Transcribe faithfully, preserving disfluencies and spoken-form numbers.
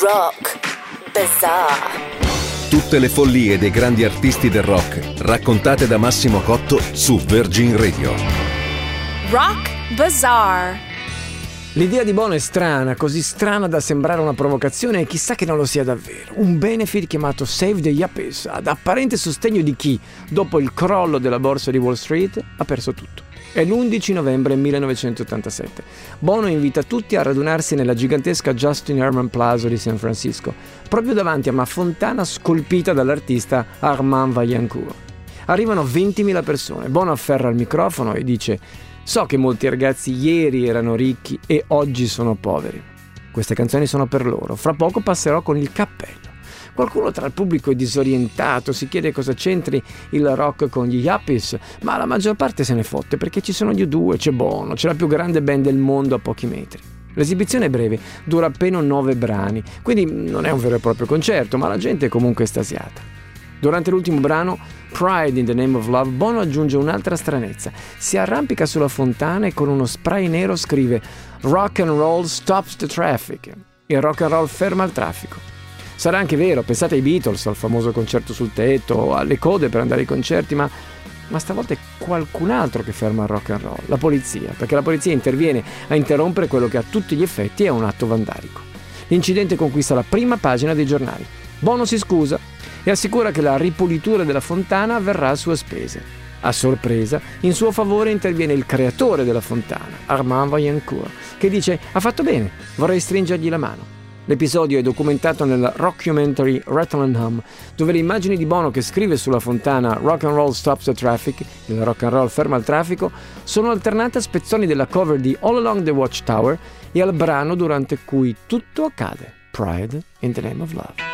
Rock Bazaar. Tutte le follie dei grandi artisti del rock, raccontate da Massimo Cotto su Virgin Radio. Rock Bazaar. L'idea di Bono è strana, così strana da sembrare una provocazione e chissà che non lo sia davvero. Un benefit chiamato Save the Yuppies, ad apparente sostegno di chi, dopo il crollo della borsa di Wall Street, ha perso tutto. È l'undici novembre millenovecentottantasette. Bono invita tutti a radunarsi nella gigantesca Justin Herman Plaza di San Francisco, proprio davanti a una fontana scolpita dall'artista Armand Vaillancourt. Arrivano ventimila persone. Bono afferra il microfono e dice: «So che molti ragazzi ieri erano ricchi e oggi sono poveri. Queste canzoni sono per loro. Fra poco passerò con il cappello». Qualcuno tra il pubblico è disorientato, si chiede cosa c'entri il rock con gli Yuppies, ma la maggior parte se ne fotte perché ci sono gli U due, c'è Bono, c'è la più grande band del mondo a pochi metri. L'esibizione è breve, dura appena nove brani, quindi non è un vero e proprio concerto, ma la gente è comunque estasiata. Durante l'ultimo brano, Pride in the Name of Love, Bono aggiunge un'altra stranezza. Si arrampica sulla fontana e con uno spray nero scrive «Rock and roll stops the traffic». Il rock and roll ferma il traffico. Sarà anche vero, pensate ai Beatles, al famoso concerto sul tetto, alle code per andare ai concerti, ma, ma stavolta è qualcun altro che ferma il rock and roll, la polizia, perché la polizia interviene a interrompere quello che a tutti gli effetti è un atto vandalico. L'incidente conquista la prima pagina dei giornali. Bono si scusa e assicura che la ripulitura della fontana avverrà a sue spese. A sorpresa, in suo favore interviene il creatore della fontana, Armand Vaillancourt, che dice: «Ha fatto bene, vorrei stringergli la mano». L'episodio è documentato nel rockumentary Rattle and Hum, dove le immagini di Bono che scrive sulla fontana Rock and roll stops the traffic, il rock and roll ferma il traffico, sono alternate a spezzoni della cover di All Along the Watchtower e al brano durante cui tutto accade, Pride in the Name of Love.